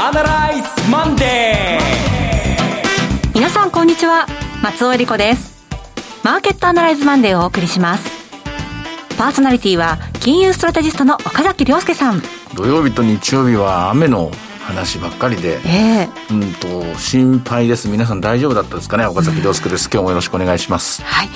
アナライズマンデー。皆さんこんにちは、松尾恵理子です。マーケットアナライズマンデーをお送りします。パーソナリティは金融ストラテジストの岡崎亮介さん。 土曜日と日曜日は雨の話ばっかりで、心配です。皆さん大丈夫だったですかね。岡崎亮介です。今日もよろしくお願いします。 はい。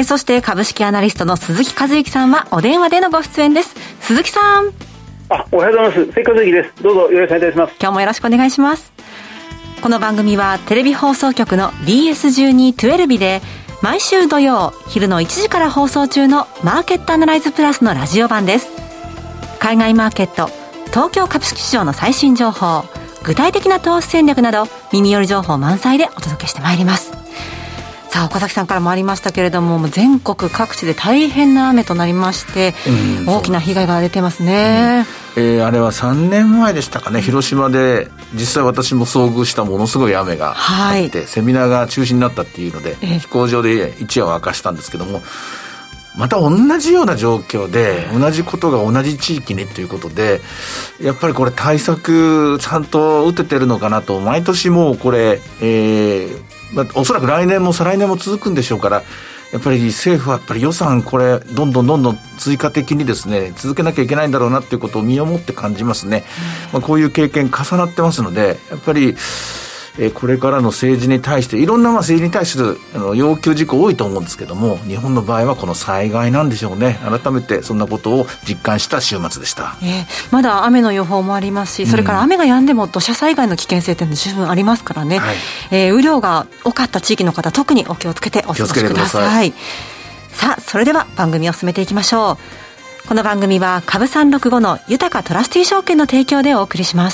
そして株式アナリストの鈴木和之さんはお電話でのご出演です。鈴木さん。 おはようございます。鈴木和之です。どうぞよろしくお願いいたします。 今日もよろしくお願いします。この番組はテレビ放送局の BS1212 で毎週土曜昼の1時から放送中のマーケットアナライズプラスのラジオ版です。海外マーケット、東京株式市場の最新情報、具体的な投資戦略など耳寄り情報満載でお届けしてまいります。さあ、岡崎さんからもありましたけれども、全国各地で大変な雨となりまして、大きな被害が出てますね。 あれは3年前でしたかね。広島で実際私も遭遇したものすごい雨があって、セミナーが中止になったっていうので、飛行場で一夜を明かしたんですけども、また同じような状況で同じことが同じ地域にということで、やっぱりこれ対策ちゃんと打ててるのかなと。毎年もうこれ、おそらく来年も再来年も続くんでしょうから、やっぱり政府はやっぱり予算これどんどん追加的にですね続けなきゃいけないんだろうなっていうことを身をもって感じますね。こういう経験重なってますので、やっぱりこれからの政治に対していろんな政治に対する要求事項多いと思うんですけども、日本の場合はこの災害なんでしょうね。改めてそんなことを実感した週末でした。 まだ雨の予報もありますし、それから雨が止んでも土砂災害の危険性というのは十分ありますからね、雨量が多かった地域の方、特にお気をつけてお過ごしください。さあ、それでは番組を進めていきましょう。この番組は株365の豊かトラスティ証券の提供でお送りします。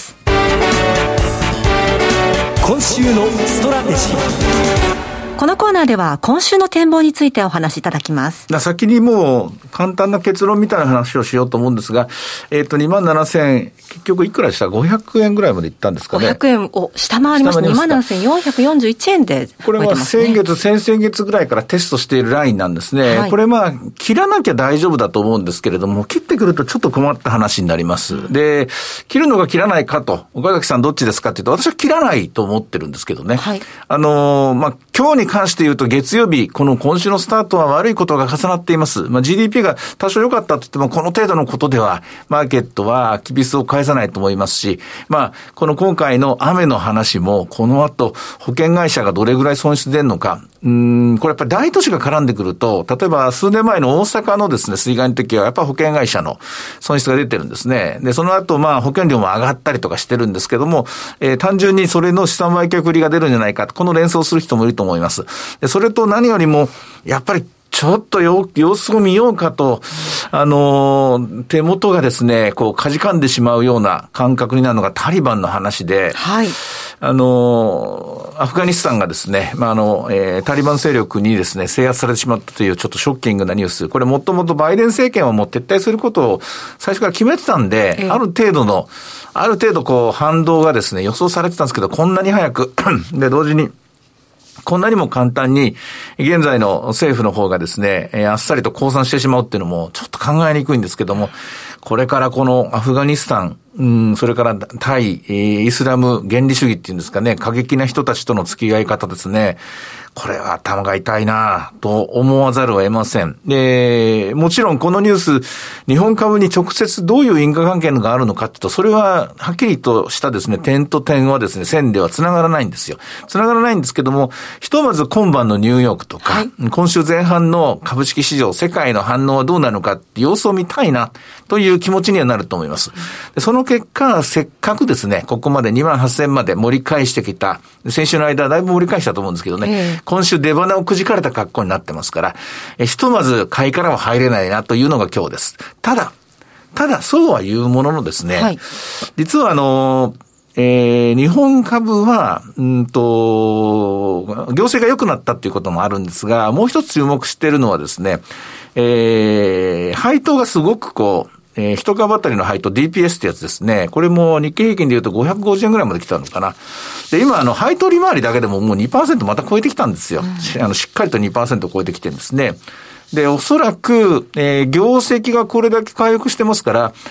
今週のストラテジー。 このコーナーでは今週の展望についてお話しいただきます。 先にもう簡単な結論みたいな話をしようと思うんですが、27,000結局いくらでした？ 500 円ぐらいまでいったんですかね。 500円を下回りました。27,441 円で、 これは先々月ぐらいからテストしているラインなんですね。これ切らなきゃ大丈夫だと思うんですけれども、切ってくるとちょっと困った話になります。で、切るのか切らないかと、岡崎さんどっちですかって言うと、私は切らないと思ってるんですけどね。今日に関して言うと月曜日、この今週のスタートは悪いことが重なっています。GDP が多少良かったと言っても、この程度のことではマーケットはキビスを返さないと思いますし、この今回の雨の話も、この後保険会社がどれぐらい損失出るのか、これやっぱり大都市が絡んでくると、例えば数年前の大阪のですね、水害の時はやっぱり保険会社の損失が出てるんですね。で、その後保険料も上がったりとかしてるんですけども、単純にそれの資産売却売りが出るんじゃないか、この連想する人もいると思います。で、それと何よりもやっぱりちょっと様子を見ようかと、手元がですね、かじかんでしまうような感覚になるのがタリバンの話で、アフガニスタンがですね、タリバン勢力にですね、制圧されてしまったというちょっとショッキングなニュース。これもともとバイデン政権はもう撤退することを最初から決めてたんで、ある程度反動がですね、予想されてたんですけど、こんなに早く、で、同時に、こんなにも簡単に現在の政府の方がですね、あっさりと降参してしまうっていうのもちょっと考えにくいんですけども、これからこのアフガニスタン、それから対イスラム原理主義っていうんですかね、過激な人たちとの付き合い方ですね。これは頭が痛いなと思わざるを得ません。で、もちろんこのニュース、日本株に直接どういう因果関係があるのかっていうと、それははっきりとしたですね、点と点はですね、線では繋がらないんですよ。繋がらないんですけども、ひとまず今晩のニューヨークとか、今週前半の株式市場、世界の反応はどうなるのかって様子を見たいなという気持ちにはなると思います。で、その結果、せっかくですね、ここまで 28,000 まで盛り返してきた、先週の間だいぶ盛り返したと思うんですけどね、今週出花をくじかれた格好になってますから、ひとまず買いからは入れないなというのが今日です。ただ、そうは言うもののですね、実は日本株は、業績が良くなったっていうこともあるんですが、もう一つ注目しているのはですね、配当がすごく一株当たりの配当 DPS ってやつですね。これも日経平均で言うと550円ぐらいまで来たのかな。で、今配当利回りだけでももう 2% また超えてきたんですよ。しっかりと 2% 超えてきてるんですね。で、おそらく、業績がこれだけ回復してますから、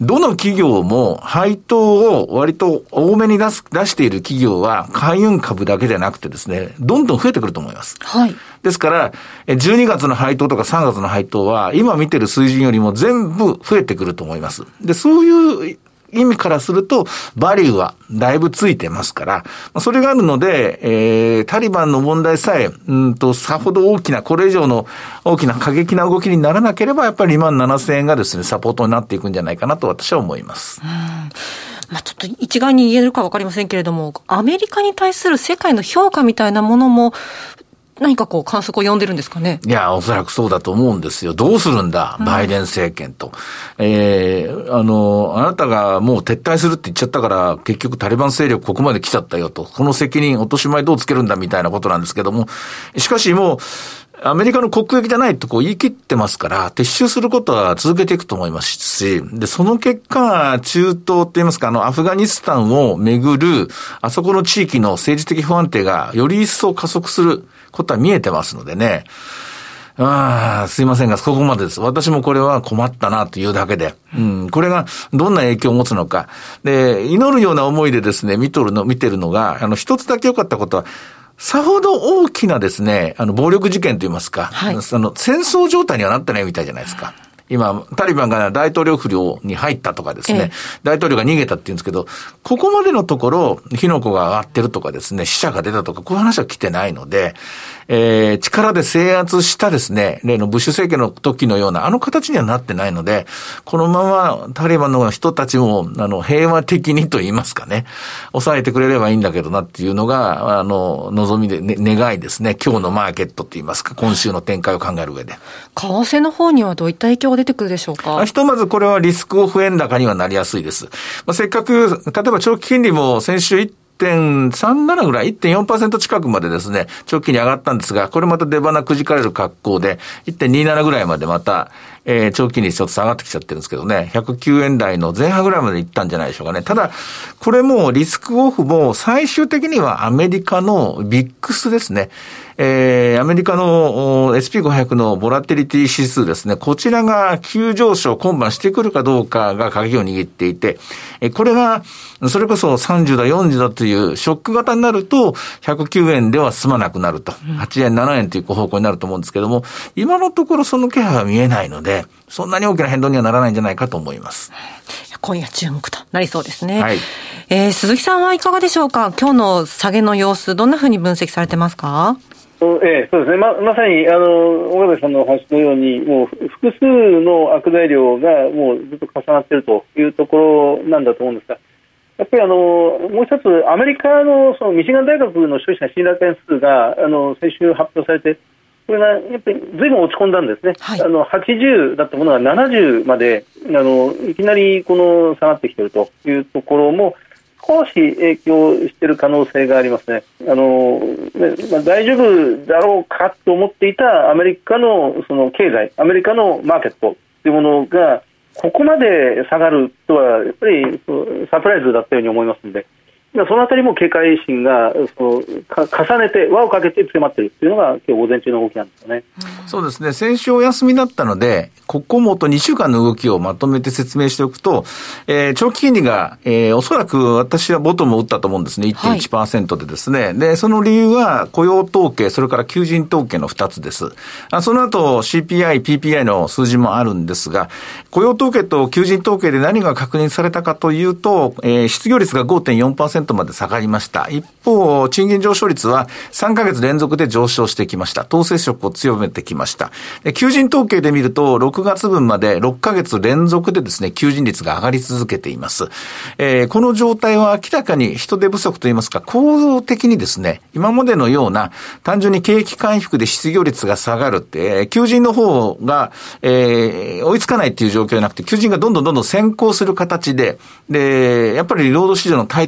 どの企業も配当を割と多めに出している企業は海運株だけじゃなくてですね、どんどん増えてくると思います。 はい。 ですから、12月の配当とか3月の配当は今見てる水準よりも全部増えてくると思います。で、そういう意味からすると、バリューはだいぶついてますから、それがあるので、タリバンの問題さえ、さほどこれ以上の大きな過激な動きにならなければ、やっぱり27,000円がですね、サポートになっていくんじゃないかなと私は思います。 ちょっと一概に言えるかわかりませんけれども、アメリカに対する世界の評価みたいなものも、何か観測を呼んでるんですかね。 いや、おそらくそうだと思うんですよ。どうするんだ、バイデン政権と。あなたがもう撤退するって言っちゃったから、結局タリバン勢力ここまで来ちゃったよと。この責任、落とし前どうつけるんだみたいなことなんですけども。しかしもう、アメリカの国益じゃないと言い切ってますから、撤収することは続けていくと思いますし、で、その結果、中東って言いますか、アフガニスタンをめぐる、あそこの地域の政治的不安定がより一層加速することは見えてますのでね。すいませんが、ここまでです。私もこれは困ったなというだけで。これがどんな影響を持つのか。で、祈るような思いでですね、見てるのが、一つだけ良かったことは、さほど大きなですね、暴力事件といいますか、はい、戦争状態にはなってないみたいじゃないですか。今、タリバンが大統領府領に入ったとかですね、大統領が逃げたって言うんですけど、ここまでのところ、火の粉が上がってるとかですね、死者が出たとか、こういう話は来てないので、力で制圧したですね、例のブッシュ政権の時のような、形にはなってないので、このままタリバンの人たちも、平和的にと言いますかね、抑えてくれればいいんだけどなっていうのが、望みで、願いですね、今日のマーケットと言いますか、今週の展開を考える上で。 為替の方にはどういった影響が出てくるでしょうか。 ひとまずこれはリスクオフ円高にはなりやすいです。せっかく、例えば長期金利も先週1.37 ぐらい、1.4% 近くまでですね、長期に上がったんですが、これまた出花くじかれる格好で、1.27 ぐらいまでまた、長期にちょっと下がってきちゃってるんですけどね、109円台の前半ぐらいまで行ったんじゃないでしょうかね。ただ、これもリスクオフも最終的にはアメリカのビックスですね。アメリカの SP500 のボラティリティ指数ですね。こちらが急上昇今晩してくるかどうかが鍵を握っていて、これが、それこそ30だ40だというショック型になると、109円では済まなくなると。8円7円という方向になると思うんですけども、今のところその気配は見えないので、そんなに大きな変動にはならないんじゃないかと思います。 今夜注目となりそうですね。 はい。 鈴木さんはいかがでしょうか。今日の下げの様子、どんなふうに分析されてますか。 そうですね。まさに、岡崎さんのお話のように、もう複数の悪材料がもうずっと重なっているというところなんだと思うんですが、やっぱりもう一つ、アメリカのそのミシガン大学の消費者信頼点数が先週発表されて、これがやっぱりずいぶん落ち込んだんですね。はい、80だったものが70までいきなりこの下がってきているというところも少し影響している可能性がありますね。大丈夫だろうかと思っていたアメリカのその経済、アメリカのマーケットというものがここまで下がるとはやっぱりサプライズだったように思いますので、そのあたりも警戒心が重ねて輪をかけて強まっているというのが今日午前中の動きなんですよね。 そうですね。先週お休みだったので、ここもと2週間の動きをまとめて説明しておくと、長期金利が、おそらく私はボトムを打ったと思うんですね。1.1% でですね。で、その理由は雇用統計、それから求人統計の2つです。その後 CPI、PPI の数字もあるんですが、雇用統計と求人統計で何が確認されたかというと、失業率が 5.4% まで下がりました。一方、賃金上昇率は3ヶ月連続で上昇してきました。統制色を強めてきました。求人統計で見ると、6月分まで6ヶ月連続でですね、求人率が上がり続けています。この状態は明らかに人手不足といいますか、構造的にですね、今までのような単純に景気回復で失業率が下がるって、求人の方が、追いつかないっていう状況じゃなくて、求人がどんどん先行する形で、やっぱり労働市場のタイト感は続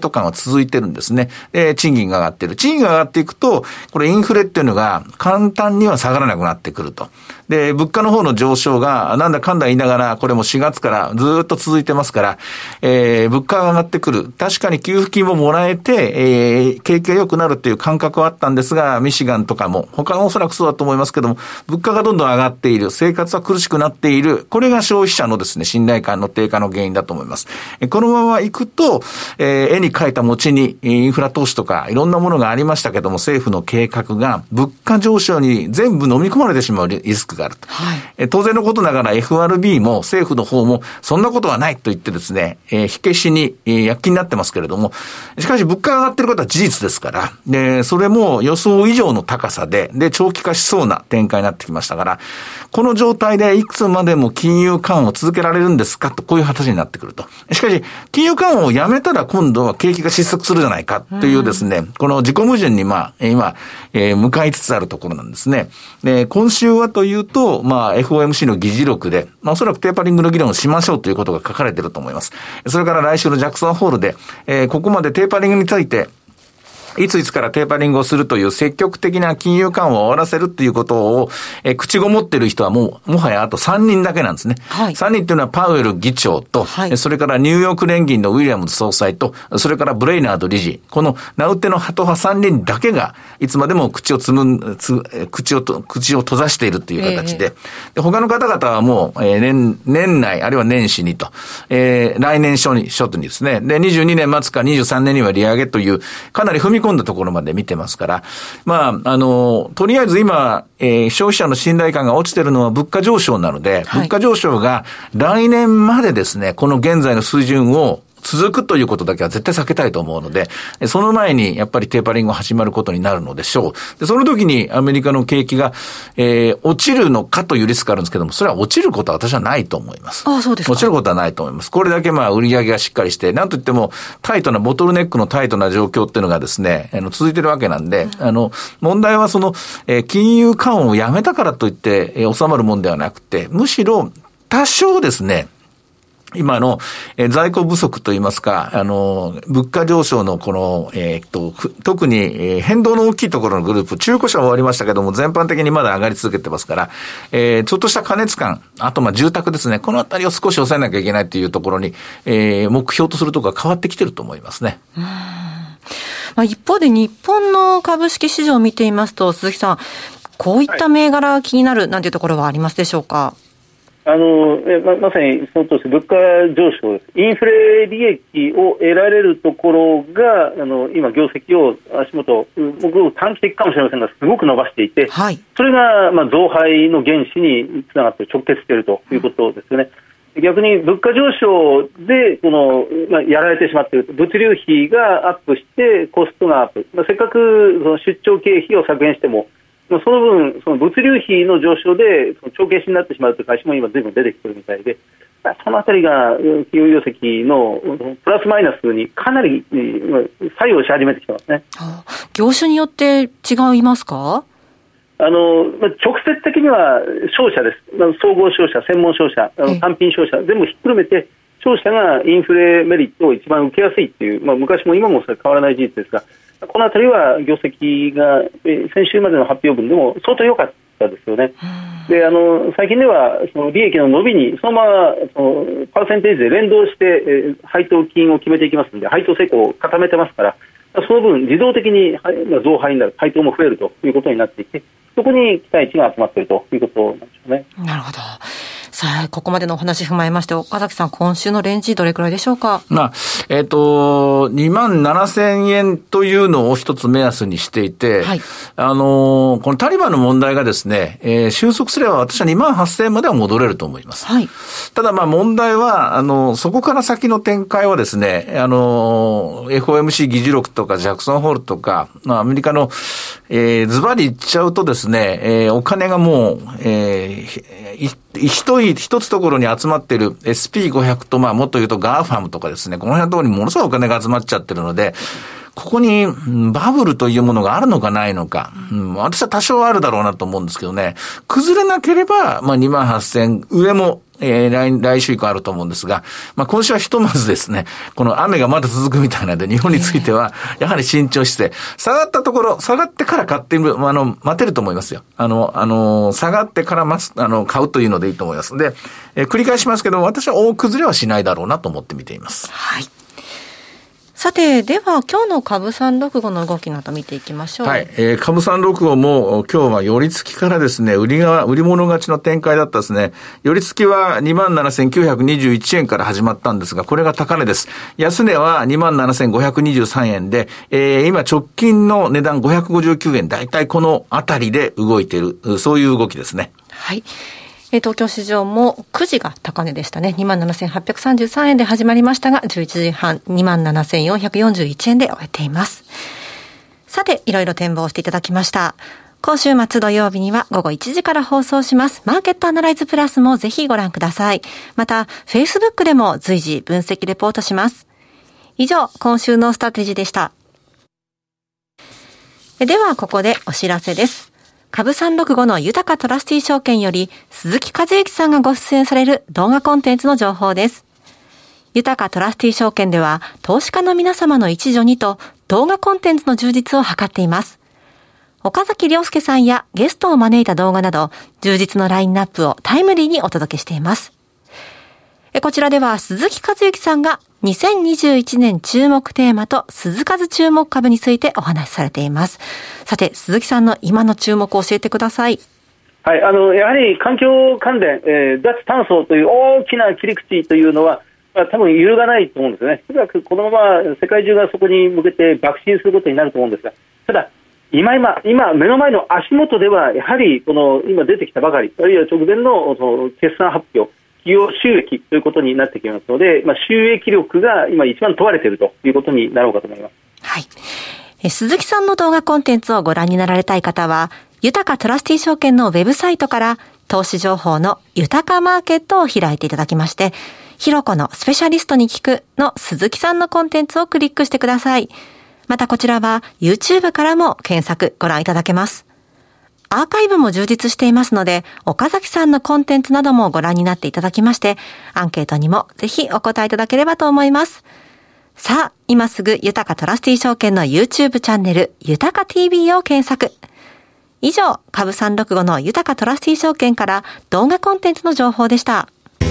続いてるんですね。賃金が上がってる。賃金が上がっていくと、これインフレっていうのが簡単には下がらなくなってくると。で、物価の方の上昇がなんだかんだ言いながら、これも4月からずっと続いてますから、物価が上がってくる。確かに給付金ももらえて、景気が良くなるっていう感覚はあったんですが、ミシガンとかも、他もおそらくそうだと思いますけども、物価がどんどん上がっている。生活は苦しくなっている。これが消費者のですね、信頼感の低下の原因だと思います。このまま行くと、絵に描いた餅にインフラ投資とかいろんなものがありましたけども、政府の計画が物価上昇に全部飲み込まれてしまうリスクがあると。はい、当然のことながら FRB も政府の方もそんなことはないと言ってですね、火消しに躍起になってますけれども、しかし物価が上がっていることは事実ですから、で、それも予想以上の高さで、長期化しそうな展開になってきましたから、この状態でいくつまでも金融緩和を続けられるんですかと、こういう形になってくると。しかし、金融緩和をやめたら今度は景気が失速するじゃないかというですね、この自己矛盾に今、向かいつつあるところなんですね。で、今週はというと、FOMC の議事録で、おそらくテーパリングの議論をしましょうということが書かれていると思います。それから来週のジャクソンホールで、ここまでテーパリングについて、いつからテーパリングをするという積極的な金融緩和を終わらせるっていうことを、口ごもってる人はもはやあと3人だけなんですね。はい、3人っていうのはパウエル議長と、はい、それからニューヨーク連銀のウィリアムズ総裁と、それからブレイナード理事。この名うてのハト派3人だけが、いつまでも口を閉ざしているという形で、で他の方々はもう、年内、あるいは年始にと、来年初にですね、で、22年末か23年には利上げという、かなり踏み込んだところまで見てますから、とりあえず今、消費者の信頼感が落ちてるのは物価上昇なので、はい、物価上昇が来年までですね、この現在の水準を続くということだけは絶対避けたいと思うので、その前にやっぱりテーパリングが始まることになるのでしょう。で、その時にアメリカの景気が、落ちるのかというリスクがあるんですけども、それは落ちることは私はないと思います。 ああ、そうですか。 落ちることはないと思います。これだけ売り上げがしっかりして、なんといってもボトルネックのタイトな状況っていうのがですね、続いてるわけなんで、問題は金融緩和をやめたからといって、収まるもんではなくて、むしろ多少ですね、今の在庫不足といいますか、物価上昇のこの、特に変動の大きいところのグループ、中古車は終わりましたけども、全般的にまだ上がり続けてますから、ちょっとした過熱感、あと住宅ですね、このあたりを少し抑えなきゃいけないというところに、目標とするところが変わってきてると思いますね。 一方で日本の株式市場を見ていますと、鈴木さん、こういった銘柄気になるなんていうところはありますでしょうか。 まさにそのとおり物価上昇です。インフレ利益を得られるところが今業績を足元、僕短期的かもしれませんがすごく伸ばしていて、はい、それが増配の原資につながって直結しているということですよね。逆に物価上昇でやられてしまっている、物流費がアップしてコストがアップ、せっかく出張経費を削減してもその分、その物流費の上昇で帳消しになってしまうという会社も今随分出てきているみたいで、そのあたりが企業業績のプラスマイナスにかなり作用し始めてきてますね。 業種によって違いますか？ 直接的には商社です。総合商社、専門商社、単品商社全部ひっくるめて商社がインフレメリットを一番受けやすいっていう、昔も今もそれ変わらない事実ですが、このあたりは業績が先週までの発表分でも相当良かったですよね。で、最近ではその利益の伸びにそのままパーセンテージで連動して配当金を決めていきますので、配当成功を固めてますから、その分自動的に増配になる、配当も増えるということになっていて、そこに期待値が集まっているということなんでしょうね。 なるほど。さあ、ここまでのお話踏まえまして、岡崎さん、今週のレンジどれくらいでしょうか。 27,000円というのを一つ目安にしていて、はい、このタリバンの問題がですね、収束すれば私は28,000円までは戻れると思います。はい、ただ問題は、そこから先の展開はですね、FOMC 議事録とかジャクソンホールとか、アメリカの、ズバリ言っちゃうとですね、お金がもう、一つところに集まっている SP500 ともっと言うと GAFAM とかですね、この辺のところにものすごいお金が集まっちゃってるので、ここにバブルというものがあるのかないのか、私は多少あるだろうなと思うんですけどね、崩れなければ28,000上も来週以降あると思うんですが、今週はひとまずですね、この雨がまだ続くみたいなので、日本については、やはり慎重姿勢。下がったところ、下がってから買ってみる、待てると思いますよ。下がってから買うというのでいいと思いますので、繰り返しますけど、私は大崩れはしないだろうなと思って見ています。 はい。さて、では今日の株365の動きなど見ていきましょう。 はい。株365も今日は寄り付きからですね、売り物勝ちの展開だったですね。寄り付きは 27,921 円から始まったんですが、これが高値です。安値は 27,523 円で、今直近の値段559円、だいたいこのあたりで動いている、そういう動きですね。 はい。東京市場も9時が高値でしたね。27,833 円で始まりましたが、11時半 27,441 円で終えています。さて、いろいろ展望していただきました。今週末土曜日には午後1時から放送しますマーケットアナライズプラスもぜひご覧ください。また、Facebook でも随時分析レポートします。以上、今週のストラテジーでした。では、ここでお知らせです。株365の豊かトラスティ証券より鈴木和之さんがご出演される動画コンテンツの情報です。豊かトラスティ証券では投資家の皆様の一助にと動画コンテンツの充実を図っています。岡崎亮介さんやゲストを招いた動画など充実のラインナップをタイムリーにお届けしています。こちらでは鈴木和之さんが2021年注目テーマと鈴数注目株についてお話しされています。さて、鈴木さんの今の注目を教えてください。 はい、やはり環境関連、脱炭素という大きな切り口というのは、多分揺るがないと思うんですよね。おそらくこのまま世界中がそこに向けて爆心することになると思うんですが、ただ今目の前の足元ではやはりこの今出てきたばかり、あるいは直前のその決算発表、企業収益ということになってきますので、収益力が今一番問われているということになろうかと思います。 はい。鈴木さんの動画コンテンツをご覧になられたい方は、豊かトラスティ証券のウェブサイトから投資情報の豊かマーケットを開いていただきまして、ひろこのスペシャリストに聞くの鈴木さんのコンテンツをクリックしてください。またこちらは YouTube からも検索ご覧いただけます。アーカイブも充実していますので、岡崎さんのコンテンツなどもご覧になっていただきまして、アンケートにもぜひお答えいただければと思います。さあ、今すぐ豊かトラスティ証券の YouTube チャンネル、豊か TV を検索。以上、株365の豊かトラスティ証券から動画コンテンツの情報でした。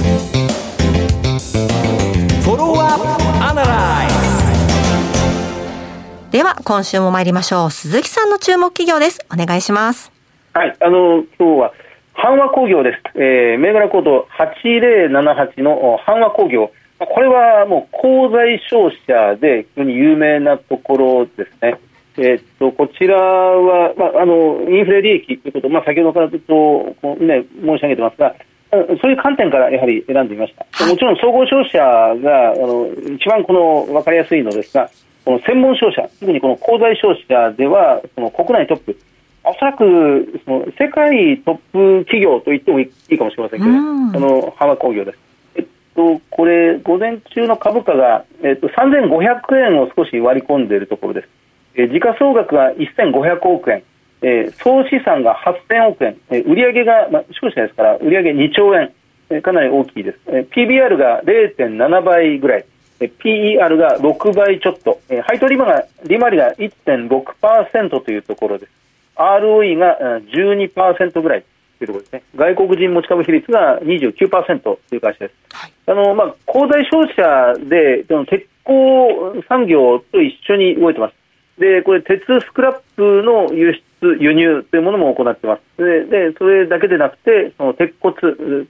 では、今週も参りましょう。鈴木さんの注目企業です。お願いします。 はい、今日は阪和工業です。銘柄コード8078の阪和工業。これはもう鋼材商社で非常に有名なところですね。こちらは、インフレ利益ということ、先ほどからずっと、申し上げてますが、そういう観点からやはり選んでみました。もちろん総合商社が一番分かりやすいのですが、この専門商社、特にこの鋼材商社ではその国内トップ、おそらくその世界トップ企業と言ってもいいかもしれませんけど、阪和工業です。これ午前中の株価が、3500円を少し割り込んでいるところです。時価総額が1500億円、総資産が8000億円、売上が、商社ですから売上2兆円、かなり大きいです。PBR が 0.7 倍ぐらい、PER が6倍ちょっと、配当利回りが 1.6% というところです。ROE が 12% ぐらいというところですね。外国人持ち株比率が 29% という会社です。はい、鋼材商社で鉄鋼産業と一緒に動いてます。で、これ鉄スクラップの輸出輸入というものも行っています。でそれだけでなくて、その鉄鋼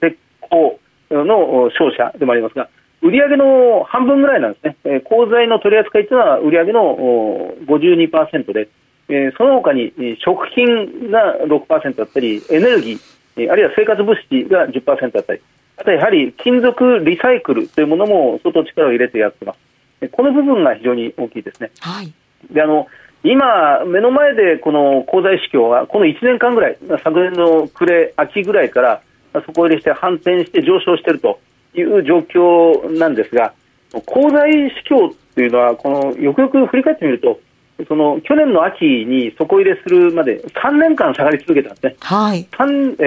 の商社でもありますが、売上の半分ぐらいなんですね。鋼材の取り扱いというのは売上の 52% で、その他に食品が 6% だったり、エネルギー、あるいは生活物資が 10% だったり、あとやはり金属リサイクルというものも相当力を入れてやっています。この部分が非常に大きいですね。はい。で、今目の前でこの鋼材市況はこの1年間ぐらい、昨年の秋ぐらいから底入れして反転して上昇しているという状況なんですが、鋼材市況というのはよくよく振り返ってみるとその去年の秋に底入れするまで3年間下がり続けたんですね。 はい。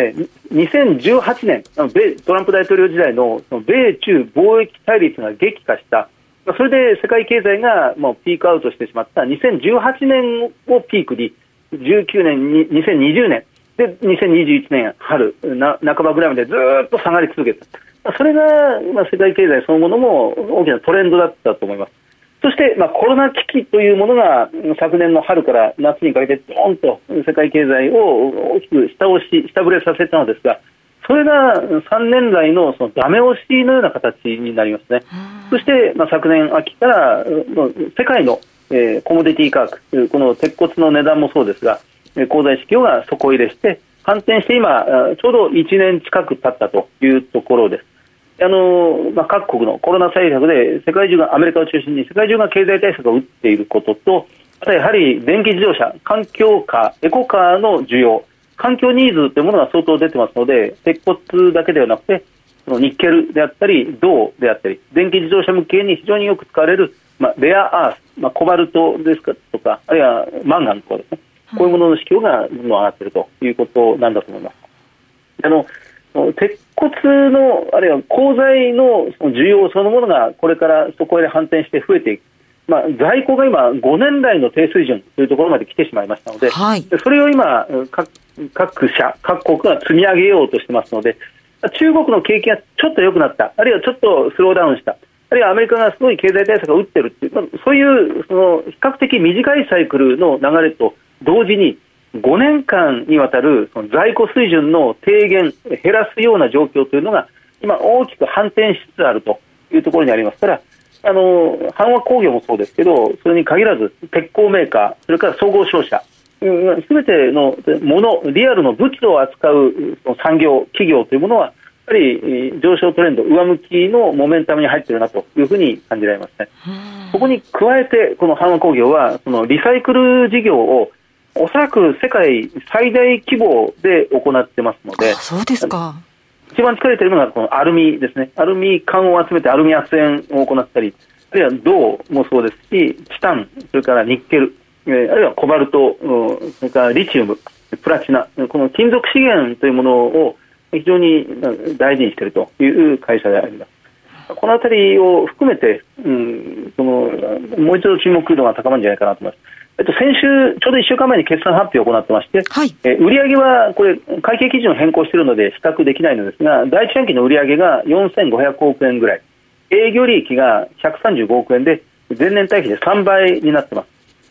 2018年、トランプ大統領時代の米中貿易対立が激化した、それで世界経済がもうピークアウトしてしまった2018年をピークに、19年に2020年で2021年春半ばぐらいまでずっと下がり続けた。それが世界経済そのものも大きなトレンドだったと思います。そしてコロナ危機というものが昨年の春から夏にかけてドーンと世界経済を大きく下振れさせたのですが、それが3年来のそのダメ押しのような形になりますね。そして昨年秋から世界のコモディティ価格、この鉄骨の値段もそうですが、鋼材市況が底入れして反転して今ちょうど1年近く経ったというところです。各国のコロナ対策で世界中が、アメリカを中心に世界中が経済対策を打っていることと、あとやはり電気自動車、環境カー、エコカーの需要、環境ニーズというものが相当出てますので、鉄骨だけではなくてそのニッケルであったり銅であったり、電気自動車向けに非常によく使われる、レアアース、コバルトですかとか、あるいはマンガンとかですね、こういうものの市況が上がっているということなんだと思います。鉄骨のあるいは鋼材の需要そのものがこれからそこへ反転して増えていく、在庫が今5年来の低水準というところまで来てしまいましたので、はい、それを今各社各国が積み上げようとしてますので、中国の景気がちょっと良くなった、あるいはちょっとスローダウンした、あるいはアメリカがすごい経済対策を打ってるっていう、そういうその比較的短いサイクルの流れと同時に5年間にわたるその在庫水準の低減、減らすような状況というのが今大きく反転しつつあるというところにありますから、阪和工業もそうですけど、それに限らず鉄鋼メーカー、それから総合商社、すべてのもの、リアルの物を扱うその産業、企業というものはやはり上昇トレンド、上向きのモメンタムに入っているなというふうに感じられますね。そこに加えてこの阪和工業はそのリサイクル事業をおそらく世界最大規模で行ってますので、 そうですか。 一番疲れているのがこのアルミですね。アルミ缶を集めてアルミ圧煙を行ったり、あるいは銅もそうですし、チタン、それからニッケル、あるいはコバルト、それからリチウム、プラチナ、この金属資源というものを非常に大事にしているという会社であります。このあたりを含めて、もう一度注目度が高まるんじゃないかなと思います。先週ちょうど1週間前に決算発表を行ってまして、はい、売上はこれ会計基準を変更しているので比較できないのですが、第一四半期の売上が4500億円ぐらい、営業利益が135億円で前年対比で3倍になっています。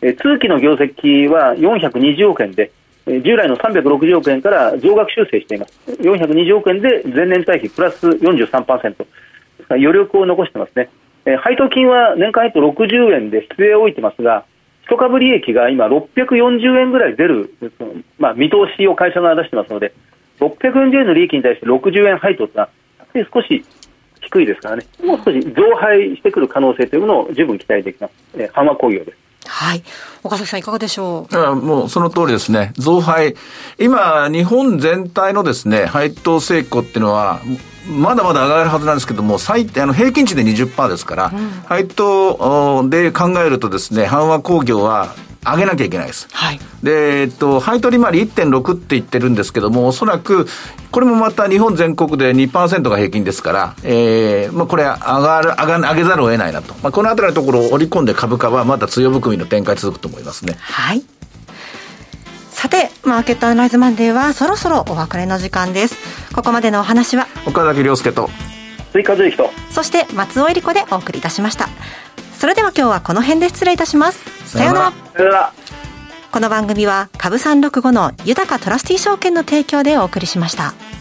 通期の業績は420億円で従来の360億円から増額修正しています。420億円で前年対比プラス 43%、 余力を残してますね。配当金は年間配当60円で据え置いてますが、一株利益が今640円ぐらい出る、見通しを会社が出してますので、640円の利益に対して60円配当というのはやっぱり少し低いですからね、もう少し増配してくる可能性というものを十分期待できます。阪和工業です。 はい。岡崎さんいかがでしょう。 もうその通りですね。増配。今、日本全体のですね、配当成功っていうのは、まだまだ上がるはずなんですけども、平均値で 20% ですから、配当で考えるとですね、阪和工業は上げなきゃいけないです。はい。で、配当利回り 1.6 って言ってるんですけども、おそらく、これもまた日本全国で 2% が平均ですから、これ上げざるを得ないなと。このあたりのところを織り込んで株価はまた強含みの展開続くと思いますね。 はい。さて、マーケットアナライズマンデーはそろそろお別れの時間です。ここまでのお話は岡崎亮介と追加随と、 そして松尾恵理子でお送りいたしました。それでは今日はこの辺で失礼いたします。さようなら。この番組は株365の豊かトラスティ証券の提供でお送りしました。